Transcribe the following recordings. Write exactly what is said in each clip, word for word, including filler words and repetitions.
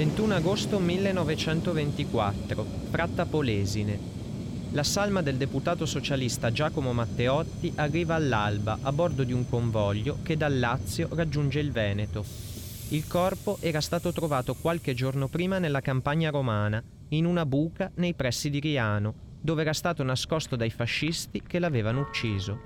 ventuno agosto millenovecentoventiquattro, Fratta Polesine. La salma del deputato socialista Giacomo Matteotti arriva all'alba a bordo di un convoglio che dal Lazio raggiunge il Veneto. Il corpo era stato trovato qualche giorno prima nella campagna romana, in una buca nei pressi di Riano, dove era stato nascosto dai fascisti che l'avevano ucciso.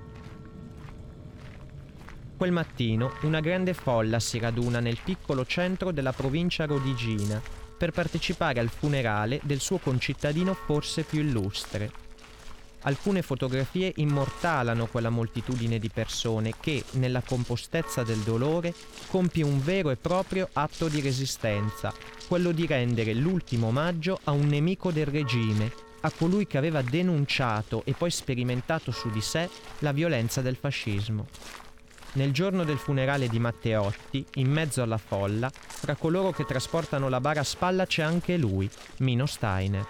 Quel mattino una grande folla si raduna nel piccolo centro della provincia rodigina per partecipare al funerale del suo concittadino forse più illustre. Alcune fotografie immortalano quella moltitudine di persone che, nella compostezza del dolore, compie un vero e proprio atto di resistenza, quello di rendere l'ultimo omaggio a un nemico del regime, a colui che aveva denunciato e poi sperimentato su di sé la violenza del fascismo. Nel giorno del funerale di Matteotti, in mezzo alla folla, tra coloro che trasportano la bara a spalla c'è anche lui, Mino Steiner.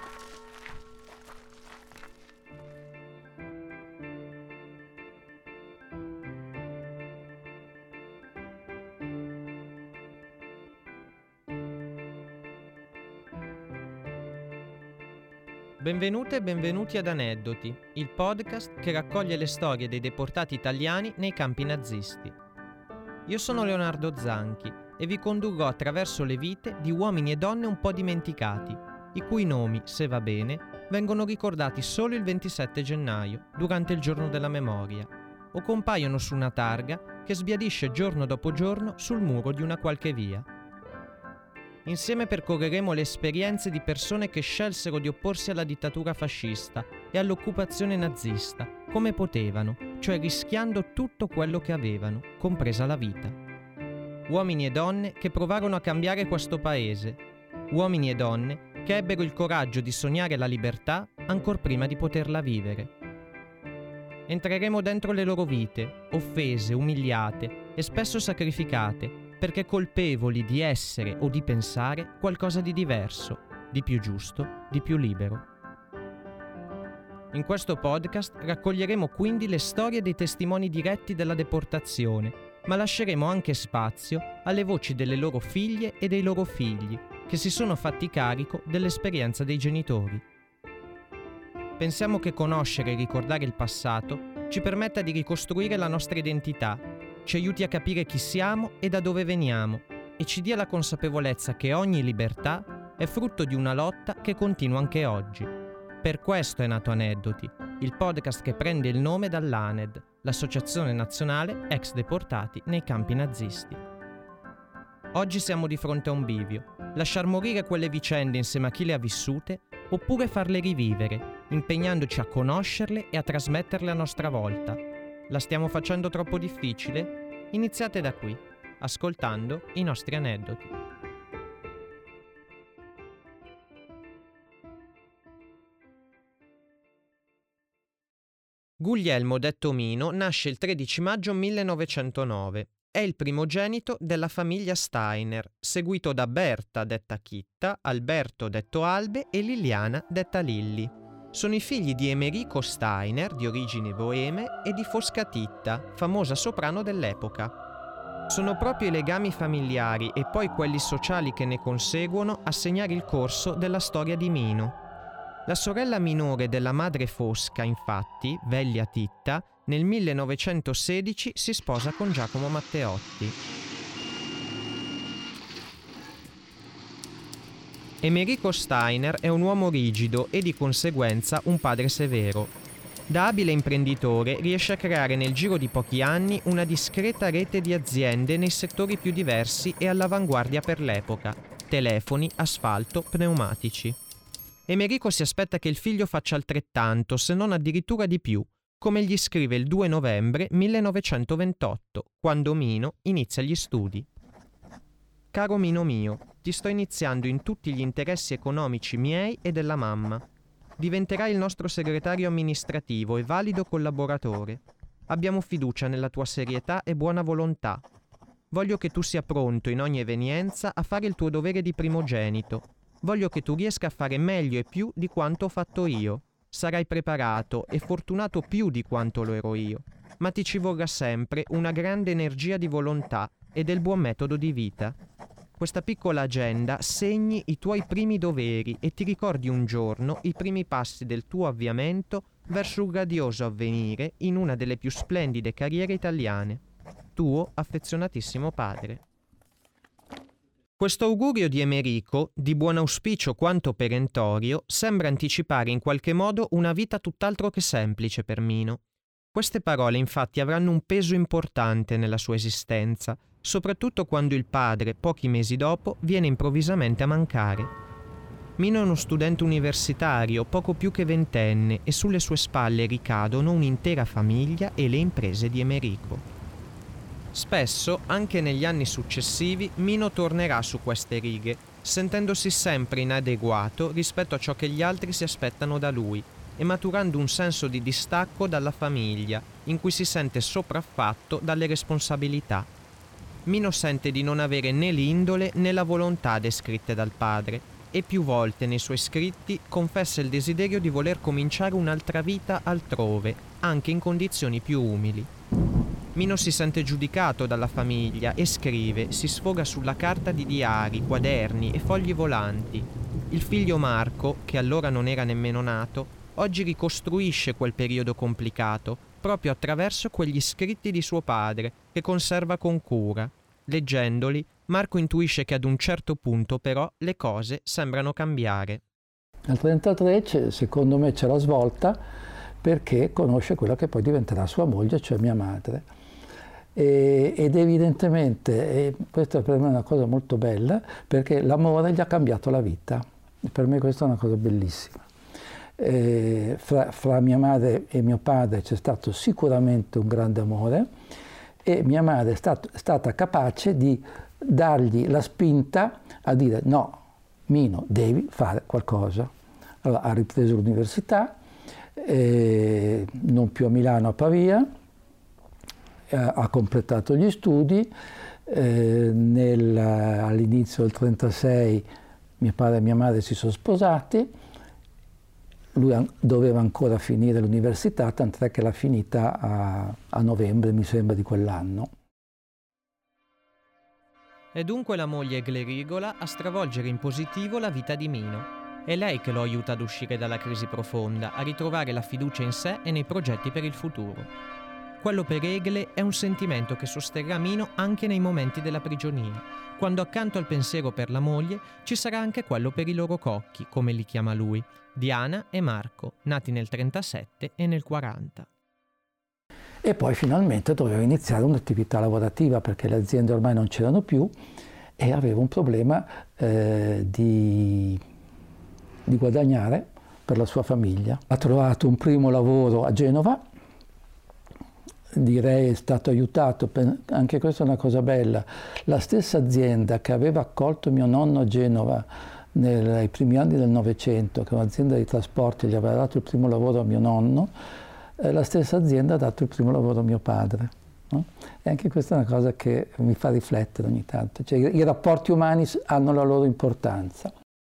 Benvenute e benvenuti ad Aneddoti, il podcast che raccoglie le storie dei deportati italiani nei campi nazisti. Io sono Leonardo Zanchi e vi condurrò attraverso le vite di uomini e donne un po' dimenticati, i cui nomi, se va bene, vengono ricordati solo il ventisette gennaio, durante il giorno della memoria, o compaiono su una targa che sbiadisce giorno dopo giorno sul muro di una qualche via. Insieme percorreremo le esperienze di persone che scelsero di opporsi alla dittatura fascista e all'occupazione nazista, come potevano, cioè rischiando tutto quello che avevano, compresa la vita. Uomini e donne che provarono a cambiare questo paese. Uomini e donne che ebbero il coraggio di sognare la libertà ancor prima di poterla vivere. Entreremo dentro le loro vite, offese, umiliate e spesso sacrificate, perché colpevoli di essere o di pensare qualcosa di diverso, di più giusto, di più libero. In questo podcast raccoglieremo quindi le storie dei testimoni diretti della deportazione, ma lasceremo anche spazio alle voci delle loro figlie e dei loro figli, che si sono fatti carico dell'esperienza dei genitori. Pensiamo che conoscere e ricordare il passato ci permetta di ricostruire la nostra identità, ci aiuti a capire chi siamo e da dove veniamo e ci dia la consapevolezza che ogni libertà è frutto di una lotta che continua anche oggi. Per questo è nato Aneddoti, il podcast che prende il nome dall'A N E D, l'Associazione Nazionale Ex Deportati nei Campi Nazisti. Oggi siamo di fronte a un bivio: lasciar morire quelle vicende insieme a chi le ha vissute oppure farle rivivere, impegnandoci a conoscerle e a trasmetterle a nostra volta. La stiamo facendo troppo difficile? Iniziate da qui, ascoltando i nostri aneddoti. Guglielmo detto Mino nasce il tredici maggio millenovecentonove. È il primogenito della famiglia Steiner, seguito da Berta detta Chitta, Alberto detto Albe e Liliana detta Lilli. Sono i figli di Emerico Steiner, di origini boeme, e di Fosca Titta, famosa soprano dell'epoca. Sono proprio i legami familiari e poi quelli sociali che ne conseguono a segnare il corso della storia di Mino. La sorella minore della madre Fosca, infatti, Velia Titta, nel millenovecentosedici si sposa con Giacomo Matteotti. Emerico Steiner è un uomo rigido e di conseguenza un padre severo. Da abile imprenditore riesce a creare nel giro di pochi anni una discreta rete di aziende nei settori più diversi e all'avanguardia per l'epoca: telefoni, asfalto, pneumatici. Emerico si aspetta che il figlio faccia altrettanto, se non addirittura di più, come gli scrive il due novembre millenovecentoventotto, quando Mino inizia gli studi. Caro Mino mio, ti sto iniziando in tutti gli interessi economici miei e della mamma. Diventerai il nostro segretario amministrativo e valido collaboratore. Abbiamo fiducia nella tua serietà e buona volontà. Voglio che tu sia pronto in ogni evenienza a fare il tuo dovere di primogenito. Voglio che tu riesca a fare meglio e più di quanto ho fatto io. Sarai preparato e fortunato più di quanto lo ero io, ma ti ci vorrà sempre una grande energia di volontà e del buon metodo di vita. questa piccola agenda segni i tuoi primi doveri e ti ricordi un giorno i primi passi del tuo avviamento verso un radioso avvenire in una delle più splendide carriere italiane. Tuo affezionatissimo padre. Questo augurio di Emerico, di buon auspicio quanto perentorio, sembra anticipare in qualche modo una vita tutt'altro che semplice per Mino. Queste parole infatti avranno un peso importante nella sua esistenza, soprattutto quando il padre, pochi mesi dopo, viene improvvisamente a mancare. Mino è uno studente universitario, poco più che ventenne, e sulle sue spalle ricadono un'intera famiglia e le imprese di Emerico. Spesso, anche negli anni successivi, Mino tornerà su queste righe, sentendosi sempre inadeguato rispetto a ciò che gli altri si aspettano da lui e maturando un senso di distacco dalla famiglia, in cui si sente sopraffatto dalle responsabilità. Mino sente di non avere né l'indole né la volontà descritte dal padre e più volte nei suoi scritti confessa il desiderio di voler cominciare un'altra vita altrove, anche in condizioni più umili. Mino si sente giudicato dalla famiglia e scrive, si sfoga sulla carta di diari, quaderni e fogli volanti. Il figlio Marco, che allora non era nemmeno nato, oggi ricostruisce quel periodo complicato proprio attraverso quegli scritti di suo padre, che conserva con cura. Leggendoli, Marco intuisce che ad un certo punto però le cose sembrano cambiare. Nel trentatré secondo me c'è la svolta perché conosce quella che poi diventerà sua moglie, cioè mia madre. E, ed evidentemente, e questa per me è una cosa molto bella, perché l'amore gli ha cambiato la vita. Per me questa è una cosa bellissima. E fra, fra mia madre e mio padre c'è stato sicuramente un grande amore e mia madre è, stato, è stata capace di dargli la spinta a dire no, Mino, devi fare qualcosa. Allora ha ripreso l'università, eh, non più a Milano, a Pavia, ha completato gli studi, eh, nel, all'inizio del trentasei mio padre e mia madre si sono sposati, lui doveva ancora finire l'università, tant'è che l'ha finita a, a novembre, mi sembra, di quell'anno. È dunque la moglie Glerigola a stravolgere in positivo la vita di Mino. È lei che lo aiuta ad uscire dalla crisi profonda, a ritrovare la fiducia in sé e nei progetti per il futuro. Quello per Egle è un sentimento che sosterrà Mino anche nei momenti della prigionia, quando accanto al pensiero per la moglie ci sarà anche quello per i loro cocchi, come li chiama lui, Diana e Marco, nati nel trentasette e nel quaranta. E poi finalmente doveva iniziare un'attività lavorativa perché le aziende ormai non c'erano più e aveva un problema eh, di, di guadagnare per la sua famiglia. Ha trovato un primo lavoro a Genova, direi è stato aiutato, anche questa è una cosa bella, la stessa azienda che aveva accolto mio nonno a Genova nei primi anni del Novecento, che è un'azienda di trasporti, gli aveva dato il primo lavoro a mio nonno, eh, la stessa azienda ha dato il primo lavoro a mio padre. No? E anche questa è una cosa che mi fa riflettere ogni tanto, cioè, i, i rapporti umani hanno la loro importanza.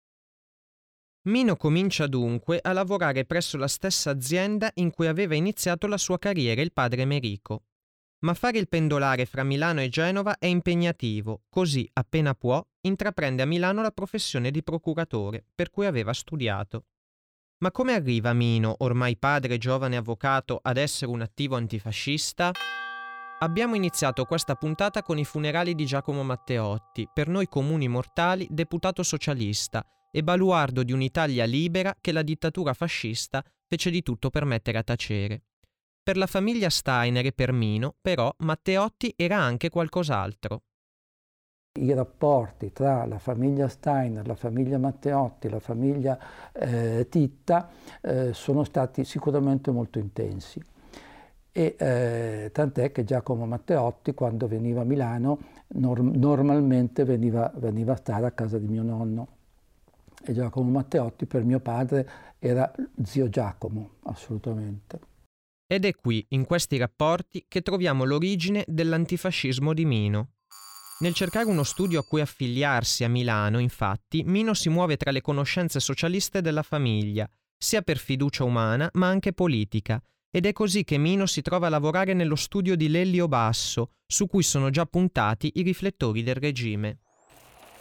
Mino comincia dunque a lavorare presso la stessa azienda in cui aveva iniziato la sua carriera il padre Emerico. Ma fare il pendolare fra Milano e Genova è impegnativo, così, appena può, intraprende a Milano la professione di procuratore, per cui aveva studiato. Ma come arriva Mino, ormai padre e giovane avvocato, ad essere un attivo antifascista? Abbiamo iniziato questa puntata con i funerali di Giacomo Matteotti, per noi comuni mortali deputato socialista, e baluardo di un'Italia libera che la dittatura fascista fece di tutto per mettere a tacere. Per la famiglia Steiner e per Mino, però, Matteotti era anche qualcos'altro. I rapporti tra la famiglia Steiner, la famiglia Matteotti, la famiglia eh, Titta eh, sono stati sicuramente molto intensi. E eh, tant'è che Giacomo Matteotti, quando veniva a Milano, norm- normalmente veniva, veniva a stare a casa di mio nonno. E Giacomo Matteotti per mio padre era zio Giacomo, assolutamente. Ed è qui, in questi rapporti, che troviamo l'origine dell'antifascismo di Mino. Nel cercare uno studio a cui affiliarsi a Milano, infatti, Mino si muove tra le conoscenze socialiste della famiglia, sia per fiducia umana ma anche politica, ed è così che Mino si trova a lavorare nello studio di Lelio Basso, su cui sono già puntati i riflettori del regime.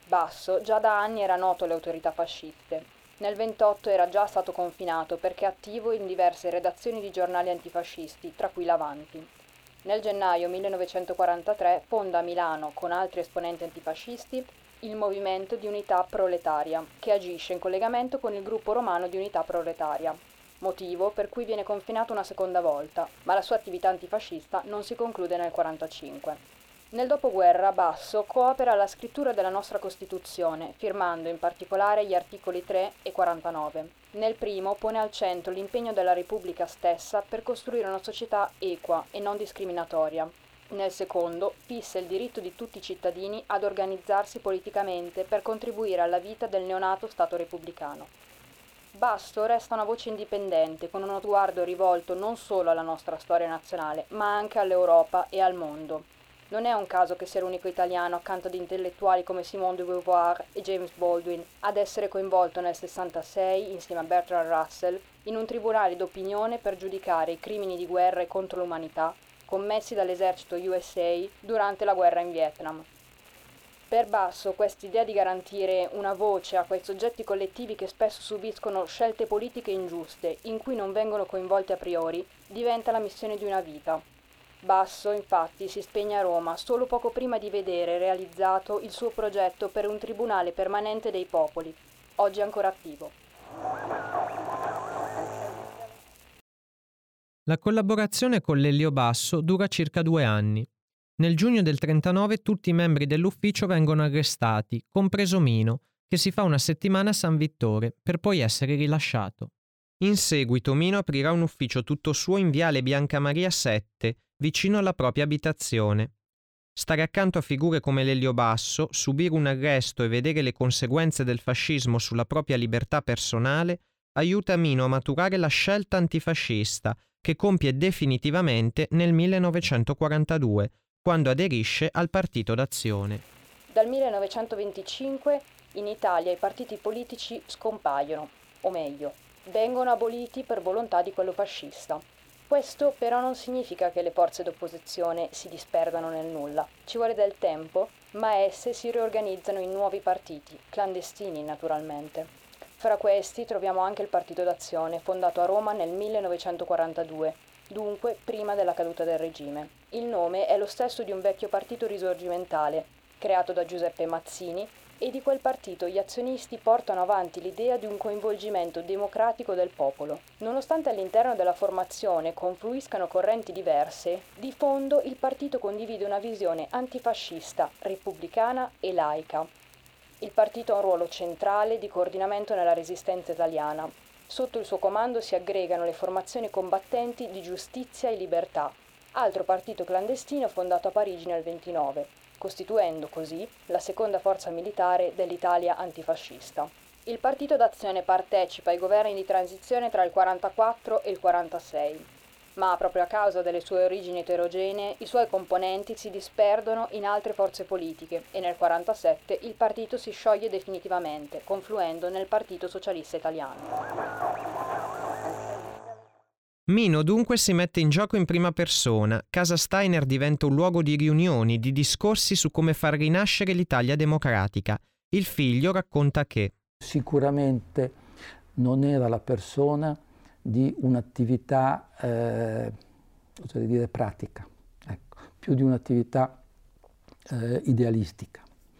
Basso già da anni era noto alle autorità fasciste. Nel ventotto era già stato confinato perché attivo in diverse redazioni di giornali antifascisti, tra cui l'Avanti. Nel gennaio millenovecentoquarantatré fonda a Milano, con altri esponenti antifascisti, il Movimento di Unità Proletaria, che agisce in collegamento con il gruppo romano di Unità Proletaria, motivo per cui viene confinato una seconda volta, ma la sua attività antifascista non si conclude nel quarantacinque. Nel dopoguerra Basso coopera alla scrittura della nostra Costituzione, firmando in particolare gli articoli tre e quarantanove. Nel primo pone al centro l'impegno della Repubblica stessa per costruire una società equa e non discriminatoria. Nel secondo fissa il diritto di tutti i cittadini ad organizzarsi politicamente per contribuire alla vita del neonato Stato repubblicano. Basso resta una voce indipendente, con uno sguardo rivolto non solo alla nostra storia nazionale, ma anche all'Europa e al mondo. Non è un caso che sia l'unico italiano, accanto ad intellettuali come Simone de Beauvoir e James Baldwin, ad essere coinvolto nel sessantasei, insieme a Bertrand Russell, in un tribunale d'opinione per giudicare i crimini di guerra e contro l'umanità commessi dall'esercito U S A durante la guerra in Vietnam. Per Basso, quest'idea di garantire una voce a quei soggetti collettivi che spesso subiscono scelte politiche ingiuste, in cui non vengono coinvolti a priori, diventa la missione di una vita. Basso, infatti, si spegne a Roma solo poco prima di vedere realizzato il suo progetto per un tribunale permanente dei popoli, oggi ancora attivo. La collaborazione con Lelio Basso dura circa due anni. Nel giugno del trentanove tutti i membri dell'ufficio vengono arrestati, compreso Mino, che si fa una settimana a San Vittore, per poi essere rilasciato. In seguito Mino aprirà un ufficio tutto suo in Viale Biancamaria sette, vicino alla propria abitazione. Stare accanto a figure come Lelio Basso, subire un arresto e vedere le conseguenze del fascismo sulla propria libertà personale aiuta Mino a maturare la scelta antifascista che compie definitivamente nel millenovecentoquarantadue, quando aderisce al Partito d'Azione. Dal millenovecentoventicinque in Italia i partiti politici scompaiono, o meglio, vengono aboliti per volontà di quello fascista. Questo però non significa che le forze d'opposizione si disperdano nel nulla. Ci vuole del tempo, ma esse si riorganizzano in nuovi partiti, clandestini naturalmente. Fra questi troviamo anche il Partito d'Azione, fondato a Roma nel millenovecentoquarantadue, dunque prima della caduta del regime. Il nome è lo stesso di un vecchio partito risorgimentale, creato da Giuseppe Mazzini, e di quel partito gli azionisti portano avanti l'idea di un coinvolgimento democratico del popolo. Nonostante all'interno della formazione confluiscano correnti diverse, di fondo il partito condivide una visione antifascista, repubblicana e laica. Il partito ha un ruolo centrale di coordinamento nella resistenza italiana. Sotto il suo comando si aggregano le formazioni combattenti di Giustizia e Libertà, altro partito clandestino fondato a Parigi nel ventinove, costituendo così la seconda forza militare dell'Italia antifascista. Il Partito d'Azione partecipa ai governi di transizione tra il quarantaquattro e il quarantasei, ma proprio a causa delle sue origini eterogenee i suoi componenti si disperdono in altre forze politiche e nel quarantasette il partito si scioglie definitivamente, confluendo nel Partito Socialista Italiano. Mino dunque si mette in gioco in prima persona. Casa Steiner diventa un luogo di riunioni, di discorsi su come far rinascere l'Italia democratica. Il figlio racconta che sicuramente non era la persona di un'attività, eh, oserei dire, pratica, ecco, più di un'attività eh, idealistica.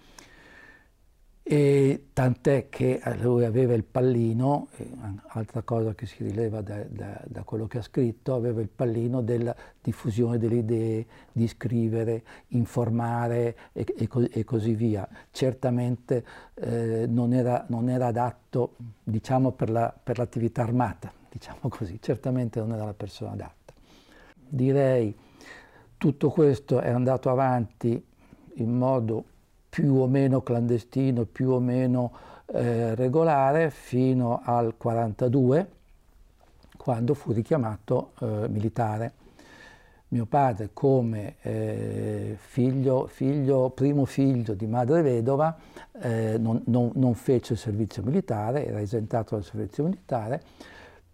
E tant'è che lui aveva il pallino, altra cosa che si rileva da, da, da quello che ha scritto, aveva il pallino della diffusione delle idee, di scrivere, informare e, e, e così via. Certamente eh, non, era, non era adatto, diciamo, per, la, per l'attività armata, diciamo così, certamente non era la persona adatta. Direi tutto questo è andato avanti in modo più o meno clandestino, più o meno eh, regolare, fino al quarantadue, quando fu richiamato eh, militare. Mio padre, come eh, figlio, figlio, primo figlio di madre vedova, eh, non, non, non fece il servizio militare, era esentato dal servizio militare,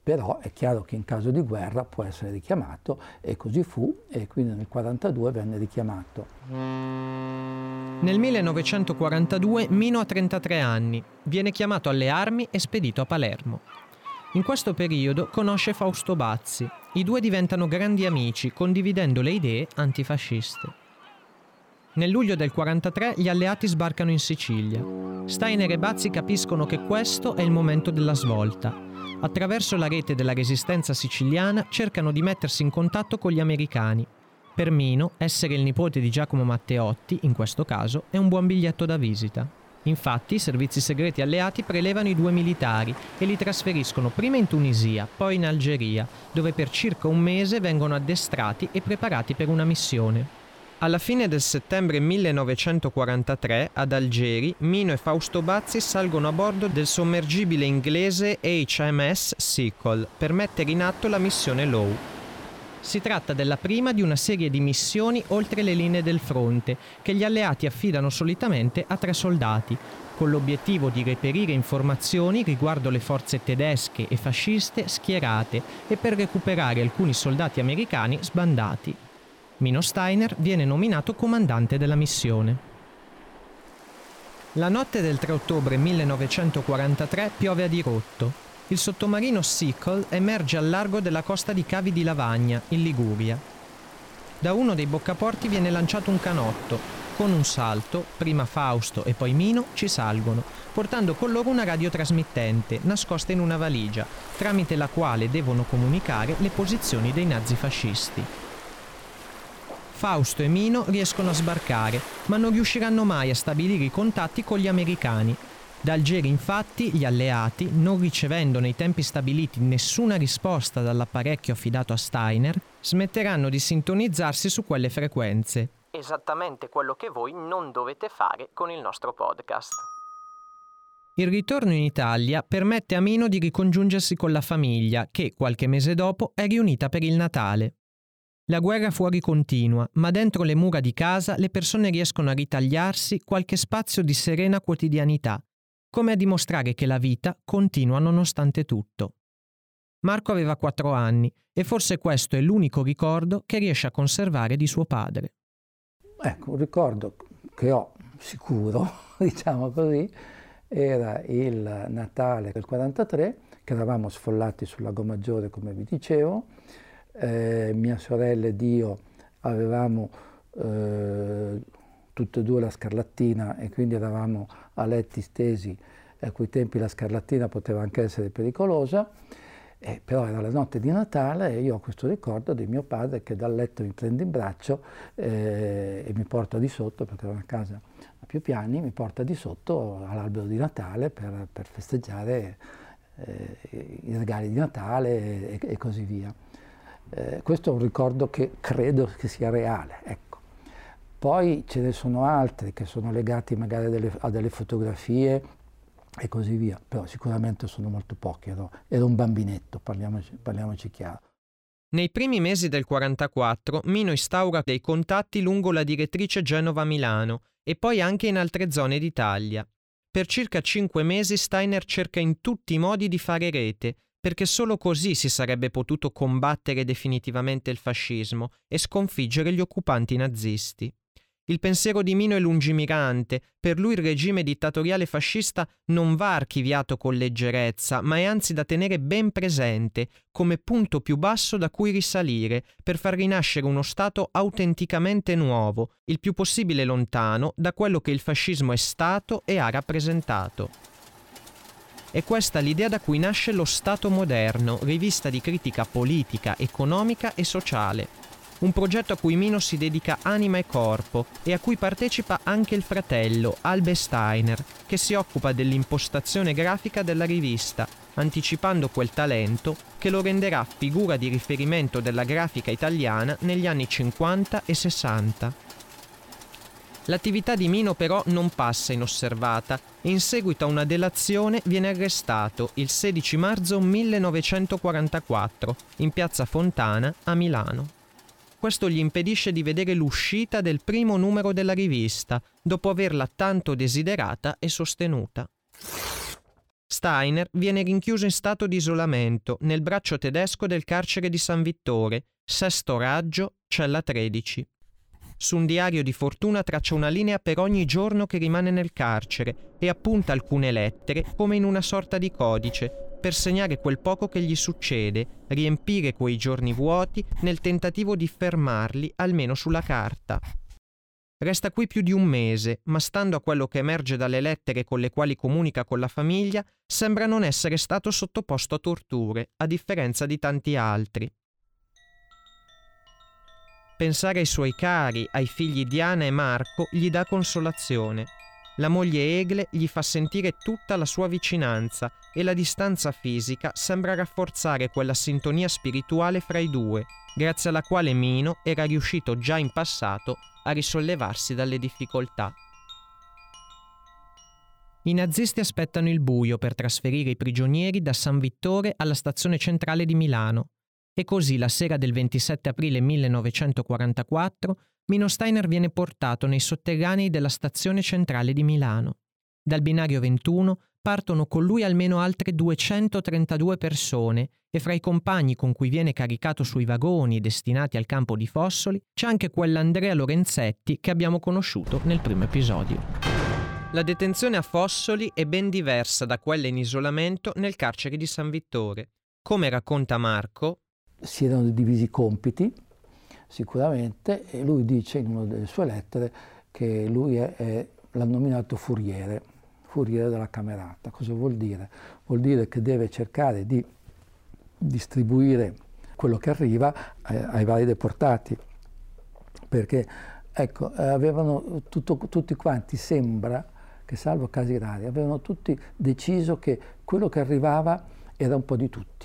però è chiaro che in caso di guerra può essere richiamato, e così fu, e quindi nel quarantadue venne richiamato. Nel millenovecentoquarantadue Mino ha trentatré anni, viene chiamato alle armi e spedito a Palermo. In questo periodo conosce Fausto Bazzi. I due diventano grandi amici, condividendo le idee antifasciste. Nel luglio del quarantatré gli alleati sbarcano in Sicilia. Steiner e Bazzi capiscono che questo è il momento della svolta. Attraverso la rete della resistenza siciliana cercano di mettersi in contatto con gli americani. Per Mino, essere il nipote di Giacomo Matteotti, in questo caso, è un buon biglietto da visita. Infatti, i servizi segreti alleati prelevano i due militari e li trasferiscono prima in Tunisia, poi in Algeria, dove per circa un mese vengono addestrati e preparati per una missione. Alla fine del settembre millenovecentoquarantatré, ad Algeri, Mino e Fausto Bazzi salgono a bordo del sommergibile inglese H M S Seacole per mettere in atto la missione Law. Si tratta della prima di una serie di missioni oltre le linee del fronte, che gli alleati affidano solitamente a tre soldati, con l'obiettivo di reperire informazioni riguardo le forze tedesche e fasciste schierate e per recuperare alcuni soldati americani sbandati. Mino Steiner viene nominato comandante della missione. La notte del tre ottobre millenovecentoquarantatré piove a dirotto. Il sottomarino Seacole emerge al largo della costa di Cavi di Lavagna, in Liguria. Da uno dei boccaporti viene lanciato un canotto. Con un salto, prima Fausto e poi Mino ci salgono, portando con loro una radiotrasmittente nascosta in una valigia, tramite la quale devono comunicare le posizioni dei nazifascisti. Fausto e Mino riescono a sbarcare, ma non riusciranno mai a stabilire i contatti con gli americani. Da Algeri, infatti, gli alleati, non ricevendo nei tempi stabiliti nessuna risposta dall'apparecchio affidato a Steiner, smetteranno di sintonizzarsi su quelle frequenze. Esattamente quello che voi non dovete fare con il nostro podcast. Il ritorno in Italia permette a Mino di ricongiungersi con la famiglia, che qualche mese dopo è riunita per il Natale. La guerra fuori continua, ma dentro le mura di casa le persone riescono a ritagliarsi qualche spazio di serena quotidianità, come a dimostrare che la vita continua nonostante tutto. Marco aveva quattro anni e forse questo è l'unico ricordo che riesce a conservare di suo padre. Ecco, un ricordo che ho sicuro, diciamo così, era il Natale del quarantatré, che eravamo sfollati sul Lago Maggiore, come vi dicevo. Eh, mia sorella ed io avevamo eh, tutte e due la scarlattina e quindi eravamo a letti stesi. A quei tempi la scarlattina poteva anche essere pericolosa, eh, però era la notte di Natale e io ho questo ricordo di mio padre che dal letto mi prende in braccio eh, e mi porta di sotto, perché era una casa a più piani, mi porta di sotto all'albero di Natale per, per festeggiare eh, i regali di Natale e, e così via. Eh, questo è un ricordo che credo che sia reale, ecco. Poi ce ne sono altri che sono legati magari a delle, a delle fotografie e così via, però sicuramente sono molto pochi, ero, ero un bambinetto, parliamoci, parliamoci chiaro. Nei primi mesi del quarantaquattro Mino instaura dei contatti lungo la direttrice Genova-Milano e poi anche in altre zone d'Italia. Per circa cinque mesi Steiner cerca in tutti i modi di fare rete, perché solo così si sarebbe potuto combattere definitivamente il fascismo e sconfiggere gli occupanti nazisti. Il pensiero di Mino è lungimirante, per lui il regime dittatoriale fascista non va archiviato con leggerezza, ma è anzi da tenere ben presente, come punto più basso da cui risalire, per far rinascere uno Stato autenticamente nuovo, il più possibile lontano da quello che il fascismo è stato e ha rappresentato. È questa l'idea da cui nasce Lo Stato Moderno, rivista di critica politica, economica e sociale. Un progetto a cui Mino si dedica anima e corpo e a cui partecipa anche il fratello, Albe Steiner, che si occupa dell'impostazione grafica della rivista, anticipando quel talento che lo renderà figura di riferimento della grafica italiana negli anni cinquanta e sessanta. L'attività di Mino però non passa inosservata e in seguito a una delazione viene arrestato il sedici marzo millenovecentoquarantaquattro in piazza Fontana a Milano. Questo gli impedisce di vedere l'uscita del primo numero della rivista, dopo averla tanto desiderata e sostenuta. Steiner viene rinchiuso in stato di isolamento nel braccio tedesco del carcere di San Vittore, sesto raggio, cella tredici. Su un diario di fortuna traccia una linea per ogni giorno che rimane nel carcere e appunta alcune lettere come in una sorta di codice per segnare quel poco che gli succede, riempire quei giorni vuoti nel tentativo di fermarli almeno sulla carta. Resta qui più di un mese, ma stando a quello che emerge dalle lettere con le quali comunica con la famiglia, sembra non essere stato sottoposto a torture, a differenza di tanti altri. Pensare ai suoi cari, ai figli Diana e Marco, gli dà consolazione. La moglie Egle gli fa sentire tutta la sua vicinanza e la distanza fisica sembra rafforzare quella sintonia spirituale fra i due, grazie alla quale Mino era riuscito già in passato a risollevarsi dalle difficoltà. I nazisti aspettano il buio per trasferire i prigionieri da San Vittore alla stazione centrale di Milano e così la sera del ventisette aprile millenovecentoquarantaquattro Mino Steiner viene portato nei sotterranei della stazione centrale di Milano. Dal binario ventuno partono con lui almeno altre duecentotrentadue persone e fra i compagni con cui viene caricato sui vagoni destinati al campo di Fossoli c'è anche quell'Andrea Lorenzetti che abbiamo conosciuto nel primo episodio. La detenzione a Fossoli è ben diversa da quella in isolamento nel carcere di San Vittore. Come racconta Marco, si erano divisi i compiti, sicuramente, e lui dice in una delle sue lettere che lui è, è, l'ha nominato furiere, furiere della camerata. Cosa vuol dire? Vuol dire che deve cercare di distribuire quello che arriva eh, ai vari deportati, perché ecco, avevano tutto, tutti quanti, sembra che salvo casi rari, avevano tutti deciso che quello che arrivava era un po' di tutti.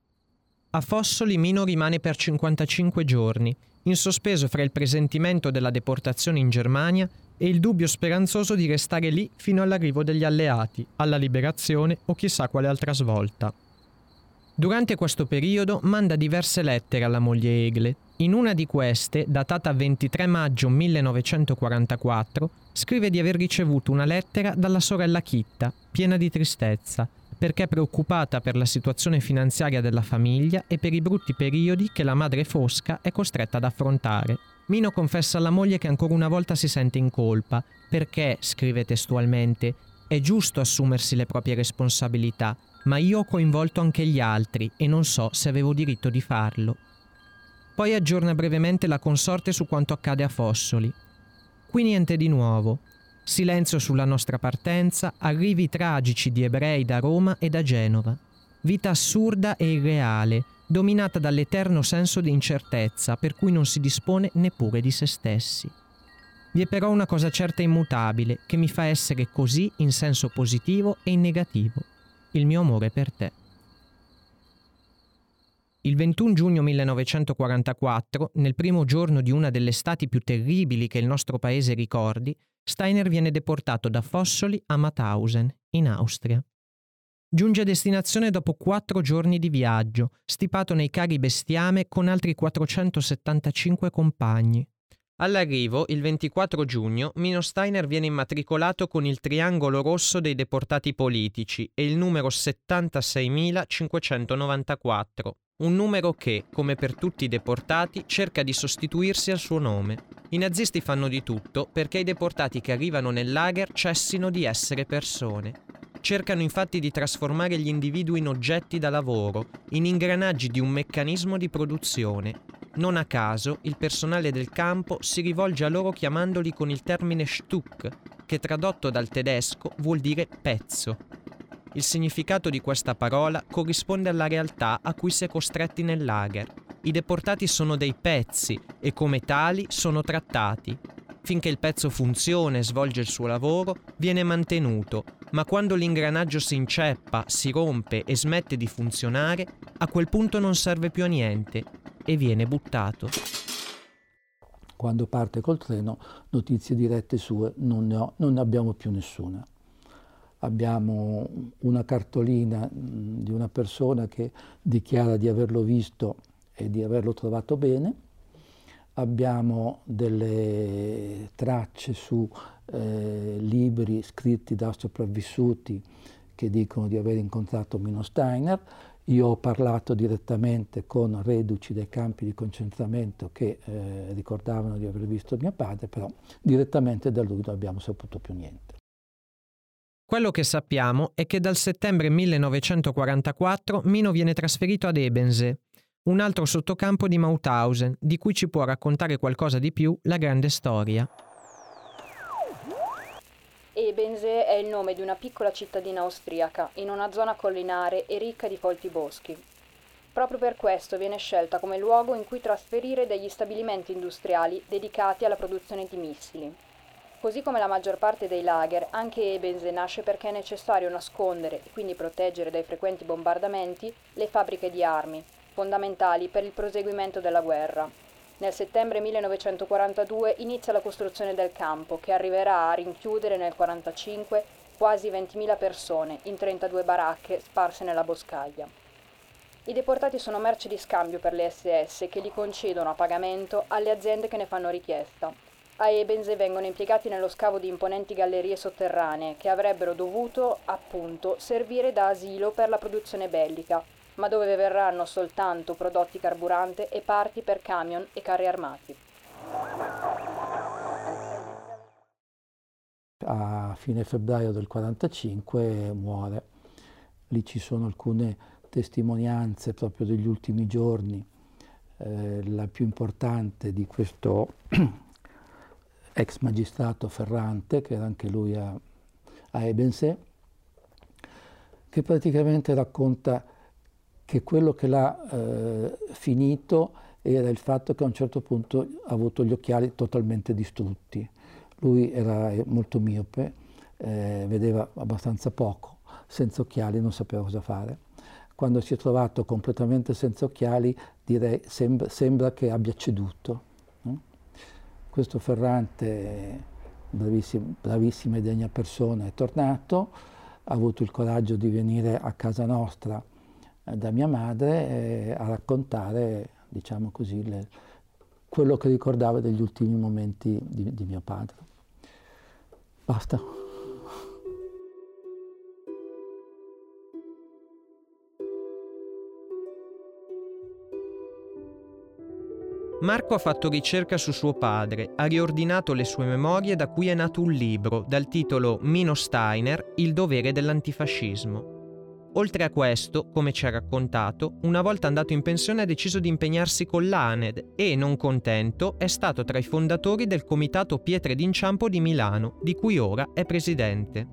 A Fossoli Mino rimane per cinquantacinque giorni, in sospeso fra il presentimento della deportazione in Germania e il dubbio speranzoso di restare lì fino all'arrivo degli alleati, alla liberazione o chissà quale altra svolta. Durante questo periodo manda diverse lettere alla moglie Egle. In una di queste, datata ventitré maggio millenovecentoquarantaquattro, scrive di aver ricevuto una lettera dalla sorella Chitta, piena di tristezza, perché preoccupata per la situazione finanziaria della famiglia e per i brutti periodi che la madre Fosca è costretta ad affrontare. Mino confessa alla moglie che ancora una volta si sente in colpa, perché, scrive testualmente, è giusto assumersi le proprie responsabilità, ma io ho coinvolto anche gli altri e non so se avevo diritto di farlo. Poi aggiorna brevemente la consorte su quanto accade a Fossoli. Qui niente di nuovo. Silenzio sulla nostra partenza, arrivi tragici di ebrei da Roma e da Genova. Vita assurda e irreale, dominata dall'eterno senso di incertezza per cui non si dispone neppure di se stessi. Vi è però una cosa certa e immutabile che mi fa essere così in senso positivo e in negativo: il mio amore per te. Il ventuno giugno millenovecentoquarantaquattro, nel primo giorno di una delle estati più terribili che il nostro paese ricordi, Steiner viene deportato da Fossoli a Mauthausen, in Austria. Giunge a destinazione dopo quattro giorni di viaggio, stipato nei carri bestiame con altri quattrocentosettantacinque compagni. All'arrivo, il ventiquattro giugno, Mino Steiner viene immatricolato con il triangolo rosso dei deportati politici e il numero settantaseimilacinquecentonovantaquattro, un numero che, come per tutti i deportati, cerca di sostituirsi al suo nome. I nazisti fanno di tutto perché i deportati che arrivano nel lager cessino di essere persone. Cercano infatti di trasformare gli individui in oggetti da lavoro, in ingranaggi di un meccanismo di produzione. Non a caso, il personale del campo si rivolge a loro chiamandoli con il termine Stück, che tradotto dal tedesco vuol dire pezzo. Il significato di questa parola corrisponde alla realtà a cui si è costretti nel lager. I deportati sono dei pezzi e come tali sono trattati. Finché il pezzo funziona e svolge il suo lavoro, viene mantenuto, ma quando l'ingranaggio si inceppa, si rompe e smette di funzionare, a quel punto non serve più a niente e viene buttato. Quando parte col treno, notizie dirette sue non ne, ho, non ne abbiamo più nessuna. Abbiamo una cartolina di una persona che dichiara di averlo visto e di averlo trovato bene. Abbiamo delle tracce su eh, libri scritti da sopravvissuti che dicono di aver incontrato Mino Steiner. Io ho parlato direttamente con reduci dei campi di concentramento che eh, ricordavano di aver visto mio padre, però direttamente da lui non abbiamo saputo più niente. Quello che sappiamo è che dal settembre millenovecentoquarantaquattro Mino viene trasferito ad Ebensee, un altro sottocampo di Mauthausen, di cui ci può raccontare qualcosa di più la grande storia. Ebensee è il nome di una piccola cittadina austriaca in una zona collinare e ricca di folti boschi. Proprio per questo viene scelta come luogo in cui trasferire degli stabilimenti industriali dedicati alla produzione di missili. Così come la maggior parte dei lager, anche Ebensee nasce perché è necessario nascondere e quindi proteggere dai frequenti bombardamenti le fabbriche di armi, fondamentali per il proseguimento della guerra. Nel settembre millenovecentoquarantadue inizia la costruzione del campo, che arriverà a rinchiudere nel millenovecentoquarantacinque quasi ventimila persone in trentadue baracche sparse nella boscaglia. I deportati sono merce di scambio per le esse esse, che li concedono a pagamento alle aziende che ne fanno richiesta. A Ebensee vengono impiegati nello scavo di imponenti gallerie sotterranee, che avrebbero dovuto, appunto, servire da asilo per la produzione bellica, ma dove verranno soltanto prodotti carburante e parti per camion e carri armati. A fine febbraio del quarantacinque muore. Lì ci sono alcune testimonianze proprio degli ultimi giorni. Eh, la più importante di questo ex magistrato Ferrante, che era anche lui a, a Ebensee, che praticamente racconta che quello che l'ha eh, finito era il fatto che a un certo punto ha avuto gli occhiali totalmente distrutti. Lui era molto miope, eh, vedeva abbastanza poco, senza occhiali non sapeva cosa fare. Quando si è trovato completamente senza occhiali, direi sembra, sembra che abbia ceduto. No? Questo Ferrante, bravissima, bravissima e degna persona, è tornato, ha avuto il coraggio di venire a casa nostra da mia madre eh, a raccontare, diciamo così, le, quello che ricordava degli ultimi momenti di, di mio padre. Basta. Marco ha fatto ricerca su suo padre, ha riordinato le sue memorie da cui è nato un libro dal titolo Mino Steiner, il dovere dell'antifascismo. Oltre a questo, come ci ha raccontato, una volta andato in pensione ha deciso di impegnarsi con l'A N E D e, non contento, è stato tra i fondatori del Comitato Pietre d'Inciampo di Milano, di cui ora è presidente.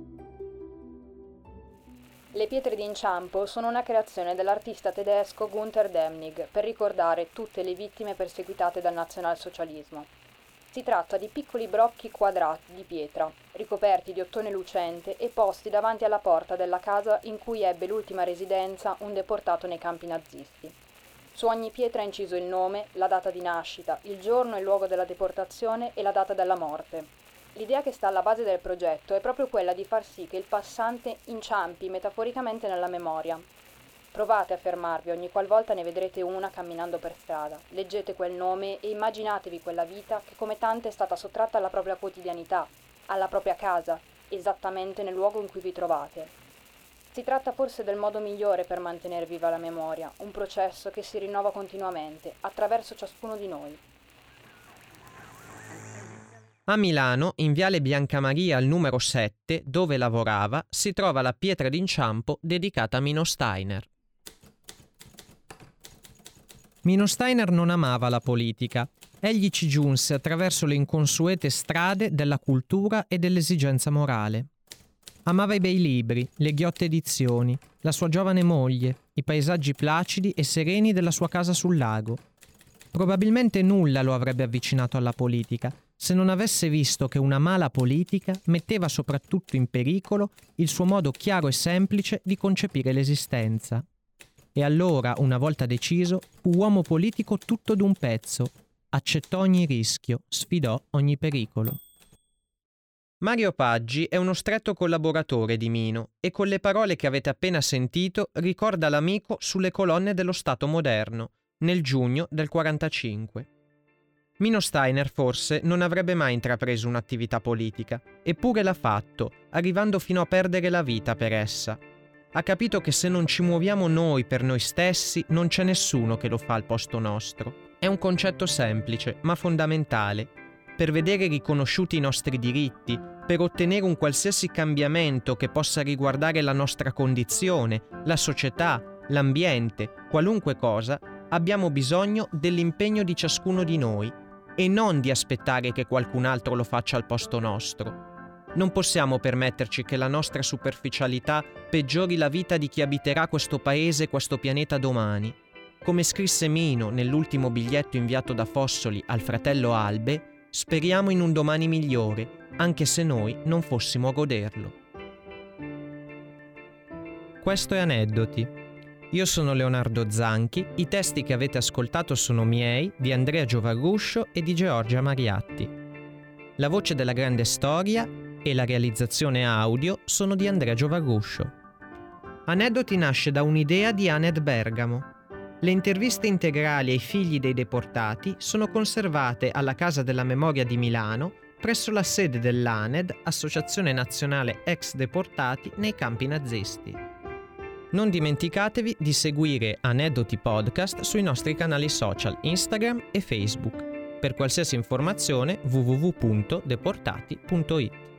Le pietre d'inciampo sono una creazione dell'artista tedesco Günter Demnig per ricordare tutte le vittime perseguitate dal nazionalsocialismo. Si tratta di piccoli brocchi quadrati di pietra, ricoperti di ottone lucente e posti davanti alla porta della casa in cui ebbe l'ultima residenza un deportato nei campi nazisti. Su ogni pietra è inciso il nome, la data di nascita, il giorno e il luogo della deportazione e la data della morte. L'idea che sta alla base del progetto è proprio quella di far sì che il passante inciampi metaforicamente nella memoria. Provate a fermarvi ogni qualvolta ne vedrete una camminando per strada, leggete quel nome e immaginatevi quella vita che come tante è stata sottratta alla propria quotidianità, alla propria casa, esattamente nel luogo in cui vi trovate. Si tratta forse del modo migliore per mantenere viva la memoria, un processo che si rinnova continuamente, attraverso ciascuno di noi. A Milano, in Viale Biancamaria al numero sette, dove lavorava, si trova la pietra d'inciampo dedicata a Mino Steiner. Mino Steiner non amava la politica. Egli ci giunse attraverso le inconsuete strade della cultura e dell'esigenza morale. Amava i bei libri, le ghiotte edizioni, la sua giovane moglie, i paesaggi placidi e sereni della sua casa sul lago. Probabilmente nulla lo avrebbe avvicinato alla politica, se non avesse visto che una mala politica metteva soprattutto in pericolo il suo modo chiaro e semplice di concepire l'esistenza. E allora, una volta deciso, fu uomo politico tutto d'un pezzo, accettò ogni rischio, sfidò ogni pericolo. Mario Paggi è uno stretto collaboratore di Mino e con le parole che avete appena sentito ricorda l'amico sulle colonne dello Stato moderno, nel giugno del quarantacinque. Mino Steiner forse non avrebbe mai intrapreso un'attività politica, eppure l'ha fatto, arrivando fino a perdere la vita per essa. Ha capito che se non ci muoviamo noi per noi stessi, non c'è nessuno che lo fa al posto nostro. È un concetto semplice, ma fondamentale. Per vedere riconosciuti i nostri diritti, per ottenere un qualsiasi cambiamento che possa riguardare la nostra condizione, la società, l'ambiente, qualunque cosa, abbiamo bisogno dell'impegno di ciascuno di noi e non di aspettare che qualcun altro lo faccia al posto nostro. Non possiamo permetterci che la nostra superficialità peggiori la vita di chi abiterà questo paese e questo pianeta domani. Come scrisse Mino nell'ultimo biglietto inviato da Fossoli al fratello Albe, speriamo in un domani migliore, anche se noi non fossimo a goderlo. Questo è Aneddoti. Io sono Leonardo Zanchi, i testi che avete ascoltato sono miei, di Andrea Giovarruscio e di Giorgia Mariatti. La voce della grande storia e la realizzazione audio sono di Andrea Giovarruscio. Aneddoti nasce da un'idea di Aned Bergamo. Le interviste integrali ai figli dei deportati sono conservate alla Casa della Memoria di Milano presso la sede dell'Aned, Associazione Nazionale Ex Deportati nei campi nazisti. Non dimenticatevi di seguire Aneddoti Podcast sui nostri canali social Instagram e Facebook. Per qualsiasi informazione w w w punto deportati punto i t.